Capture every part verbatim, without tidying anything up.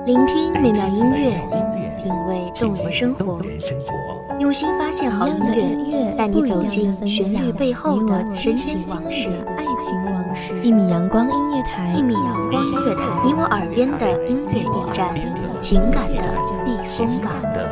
聆听美妙音乐，品味动人生活，用心发现好音乐，带你走进旋律背后的深情往事。 爱情往事，一米阳光音乐台， 一米阳光音乐台，你我耳边的音乐驿站，情感的避风港。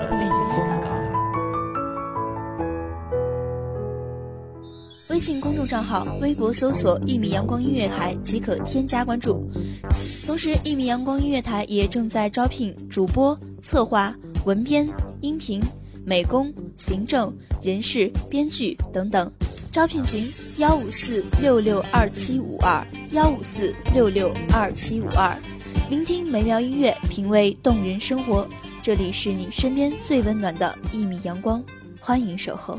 微信公众账号、微博搜索“一米阳光音乐台”即可添加关注。同时，一米阳光音乐台也正在招聘主播、策划、文编、音频、美工、行政、人事、编剧等等。招聘群：幺五四六六二七五二幺五四六六二七五二。聆听美妙音乐，品味动人生活。这里是你身边最温暖的一米阳光，欢迎守候。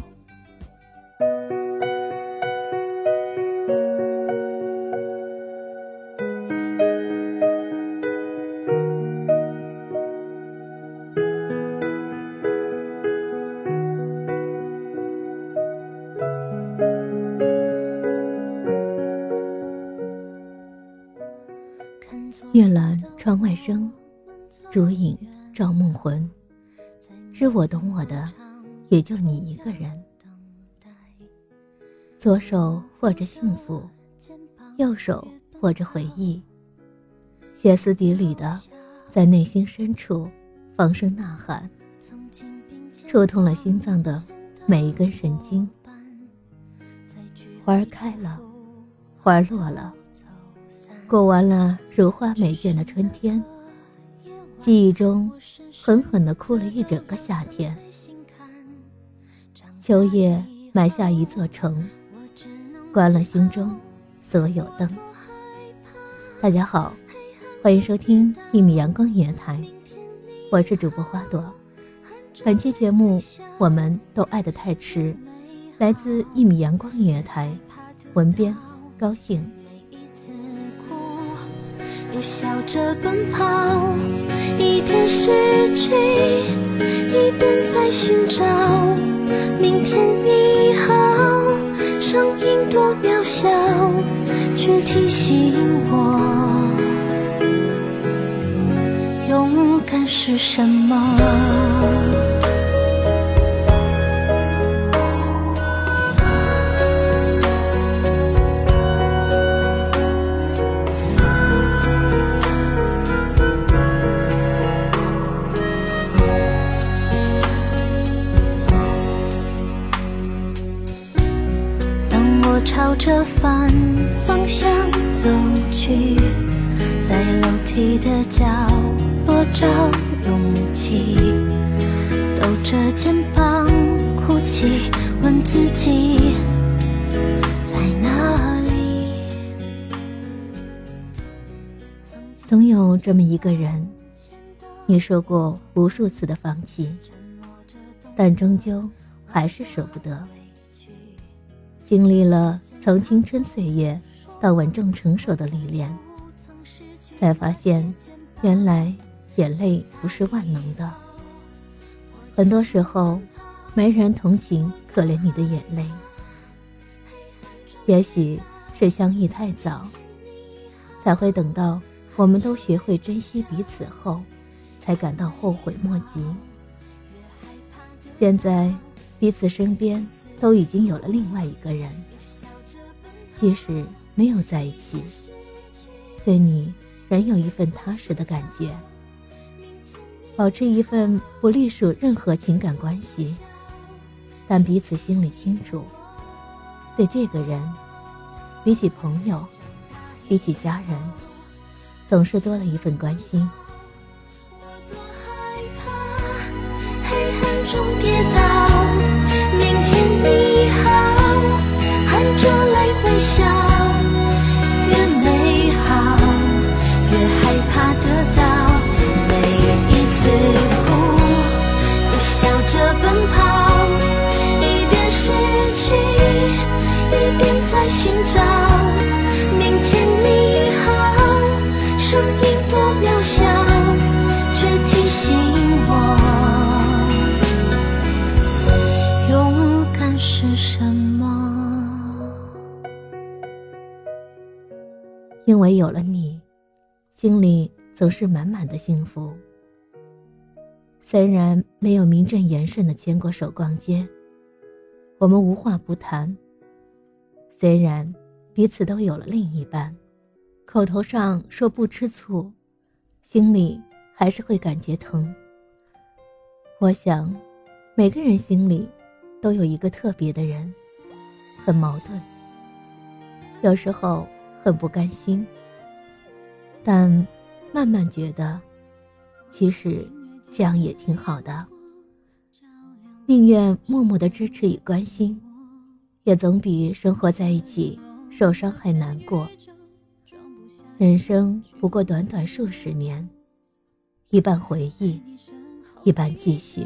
月阑窗外声，烛影照梦魂。知我懂我的，也就你一个人。左手握着幸福，右手握着回忆，歇斯底里的在内心深处放声呐喊，触痛了心脏的每一根神经。花儿开了，花儿落了，过完了如花美眷的春天，记忆中狠狠地哭了一整个夏天。秋叶埋下一座城，关了心中所有灯。大家好，欢迎收听一米阳光音乐台，我是主播花朵。本期节目我们都爱得太迟，来自一米阳光音乐台，文编高兴。 又笑着奔跑，一边失去，一边在寻找明天你好。声音多渺小，却提醒我，勇敢是什么。朝着反方向走去，在楼梯的角落找勇气，抖着肩膀哭泣，问自己在哪里。 总有这么一个人，你说过无数次的放弃，但终究还是舍不得。经历了从青春岁月到稳重成熟的历练，才发现原来眼泪不是万能的。很多时候没人同情可怜你的眼泪，也许是相遇太早，才会等到我们都学会珍惜彼此后，才感到后悔莫及。现在彼此身边都已经有了另外一个人，即使没有在一起，对你仍有一份踏实的感觉。保持一份不隶属任何情感关系，但彼此心里清楚，对这个人比起朋友，比起家人，总是多了一份关心。 我多害怕黑暗中跌倒，明天你好，含着泪微笑，越美好越害怕得到，每一次哭又笑着奔跑，一边失去一边在寻找明天你好，声音多渺小，却提醒我勇敢是什么。 因为有了你，心里总总是满满的幸福。虽然没有名正言顺的牵过手逛街，我们无话不谈，虽然彼此都有了另一半，口头上说不吃醋，心里还是会感觉疼。我想每个人心里都有一个特别的人，很矛盾，有时候很不甘心，但慢慢觉得其实这样也挺好的，宁愿默默的支持与关心，也总比生活在一起受伤害难过。人生不过短短数十年，一半回忆，一半继续。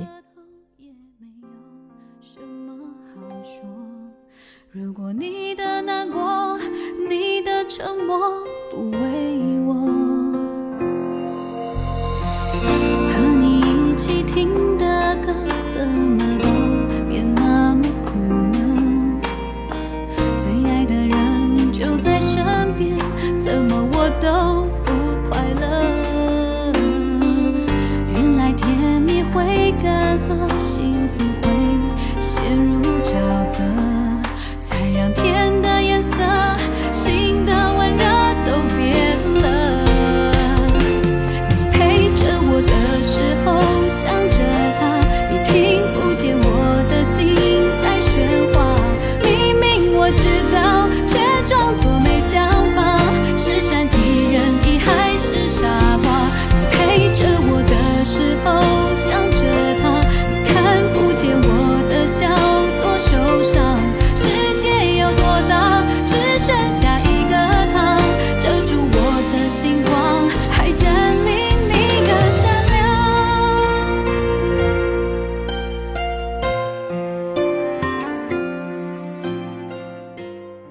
如果你的难过，你的沉默不为我，和你一起听的歌怎么都变那么苦呢？最爱的人就在身边，怎么我都不快乐？原来甜蜜会干涸，幸福会陷入沼泽，让天的颜色，心的温热都变了。你陪着我的时候想着他，你听不见我的心在喧哗。明明我知道，却装作没想法，是闪敌人意还是傻瓜？你陪着我的时候想着他，你看不见我的笑多受伤。只剩下一个他，遮住我的星光，还占领你的善良。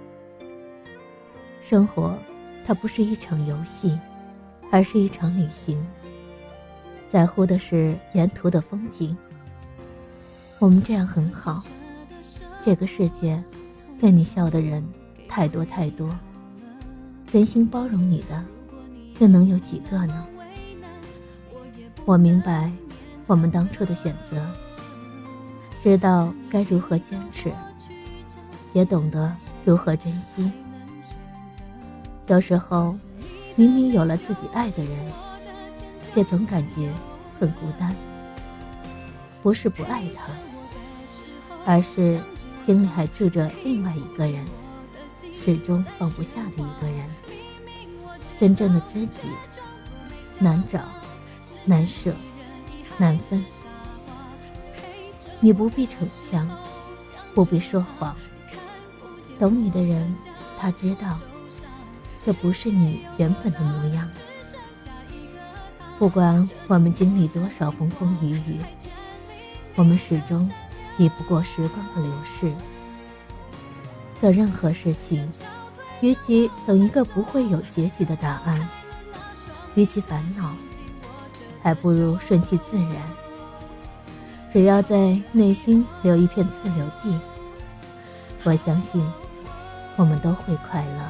生活它不是一场游戏，而是一场旅行，在乎的是沿途的风景。我们这样很好，这个世界对你笑的人太多太多，真心包容你的又能有几个呢？我明白我们当初的选择，知道该如何坚持，也懂得如何珍惜。有时候明明有了自己爱的人，却总感觉很孤单，不是不爱他，而是心里还住着另外一个人，始终放不下的一个人。真正的知己难找难舍难分，你不必逞强，不必说谎，懂你的人他知道这不是你原本的模样。不管我们经历多少风风雨雨，我们始终抵不过时光的流逝。做任何事情，与其等一个不会有结局的答案，与其烦恼，还不如顺其自然。只要在内心留一片自留地，我相信我们都会快乐。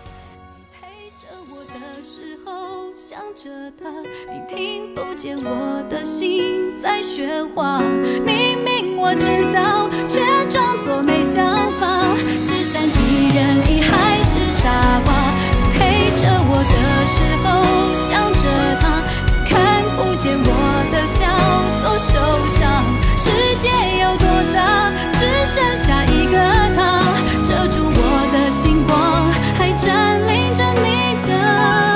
想着他，你听不见我的心在喧哗。明明我知道，却装作没想法，是闪敌人意还是傻瓜？你陪着我的时候想着他，你看不见我的笑多受伤。世界有多大，只剩下一个他，遮住我的星光，还占领着你的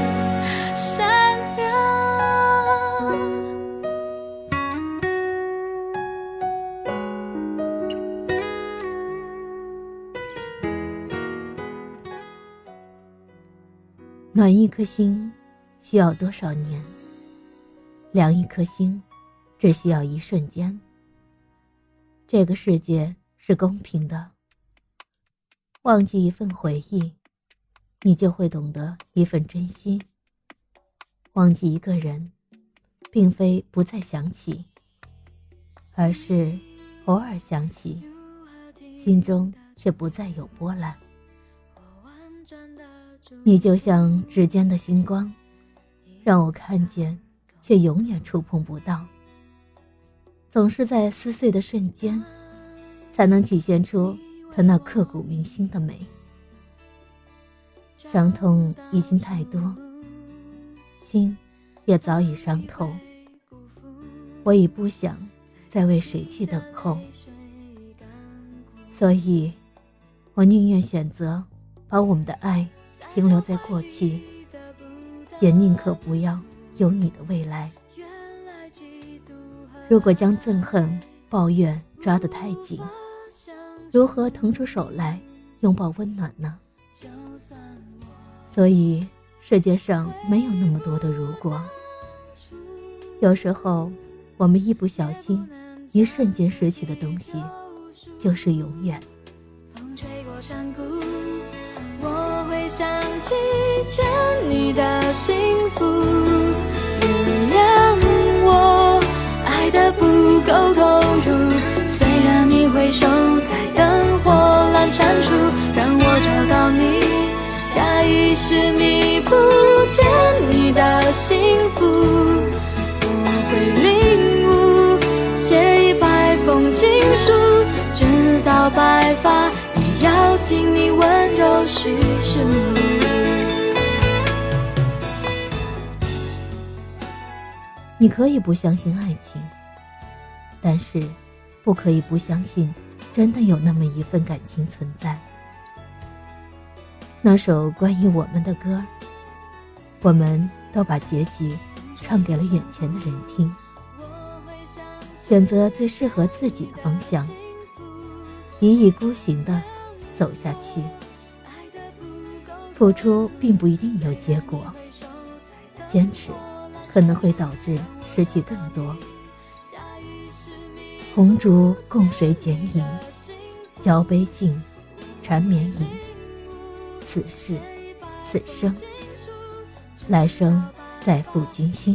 暖一颗心需要多少年？凉一颗心只需要一瞬间。这个世界是公平的，忘记一份回忆，你就会懂得一份珍惜。忘记一个人，并非不再想起，而是偶尔想起，心中却不再有波澜。你就像指尖的星光， 让我看见却永远触碰不到，总是在撕碎的瞬间才能体现出它那刻骨铭心的美。伤痛已经太多，心也早已伤透，我已不想再为谁去等候，所以我宁愿选择把我们的爱停留在过去，也宁可不要有你的未来。如果将憎恨、抱怨抓得太紧，如何腾出手来拥抱温暖呢？所以世界上没有那么多的如果，有时候我们一不小心，一瞬间失去的东西就是永远。 风吹过山谷，我会想起欠你的幸福，原谅我爱得不够投入，虽然你回首在灯火阑珊处，让我找到你，下意识弥补欠你的幸福，我会领悟写一百封情书，直到白发也要听你温柔叙述。 你可以不相信爱情，但是不可以不相信真的有那么一份感情存在。那首关于我们的歌，我们都把结局唱给了眼前的人听，选择最适合自己的方向，一意孤行地走下去。付出并不一定有结果，坚持可能会导致失去更多。红烛共谁剪影，交杯尽，缠绵饮。此事此生，来生再赴君心。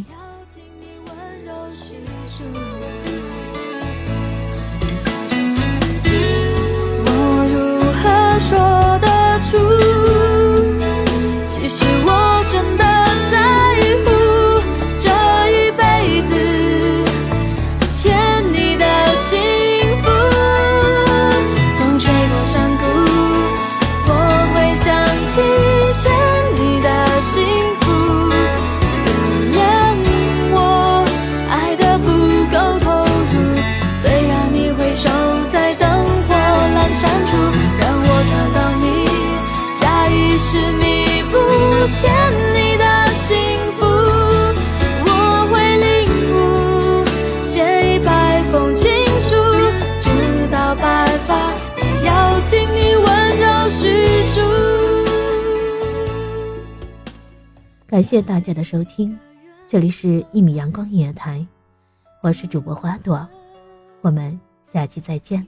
我如何说得出，其实我真的在乎，这一辈子欠你的幸福。风吹过山谷，我会想起欠你的幸福，原谅我爱得不够投入，虽然你回首在灯火阑珊处，让我找到你，下意识弥补欠你的幸福，我会领悟写一百封情书，直到白发也要听你温柔叙述。 感谢大家的收听，这里是一米阳光音乐台，我是主播花朵，我们下期再见。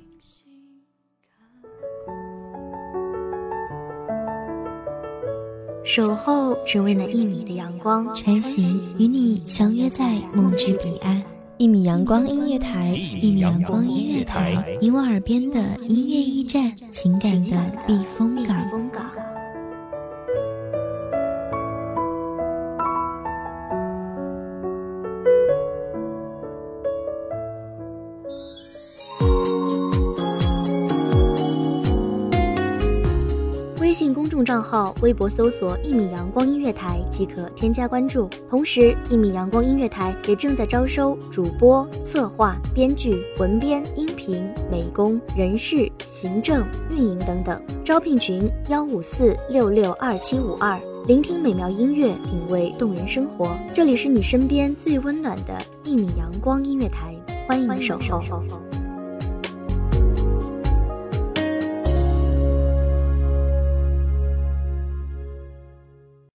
守候只为那一米的阳光， 穿行与你相约在梦之彼岸。一米阳光音乐台，一米阳光音乐台，你我耳边的音乐驿站，情感的避风港。 微信公众账号、微博搜索“一米阳光音乐台”即可添加关注。同时，一米阳光音乐台也正在招收主播、策划、编剧、文编、音频、美工、人事、行政、运营等等。招聘群：幺五四六六二七五二。聆听美妙音乐，品味动人生活。这里是你身边最温暖的一米阳光音乐台，欢迎你守候。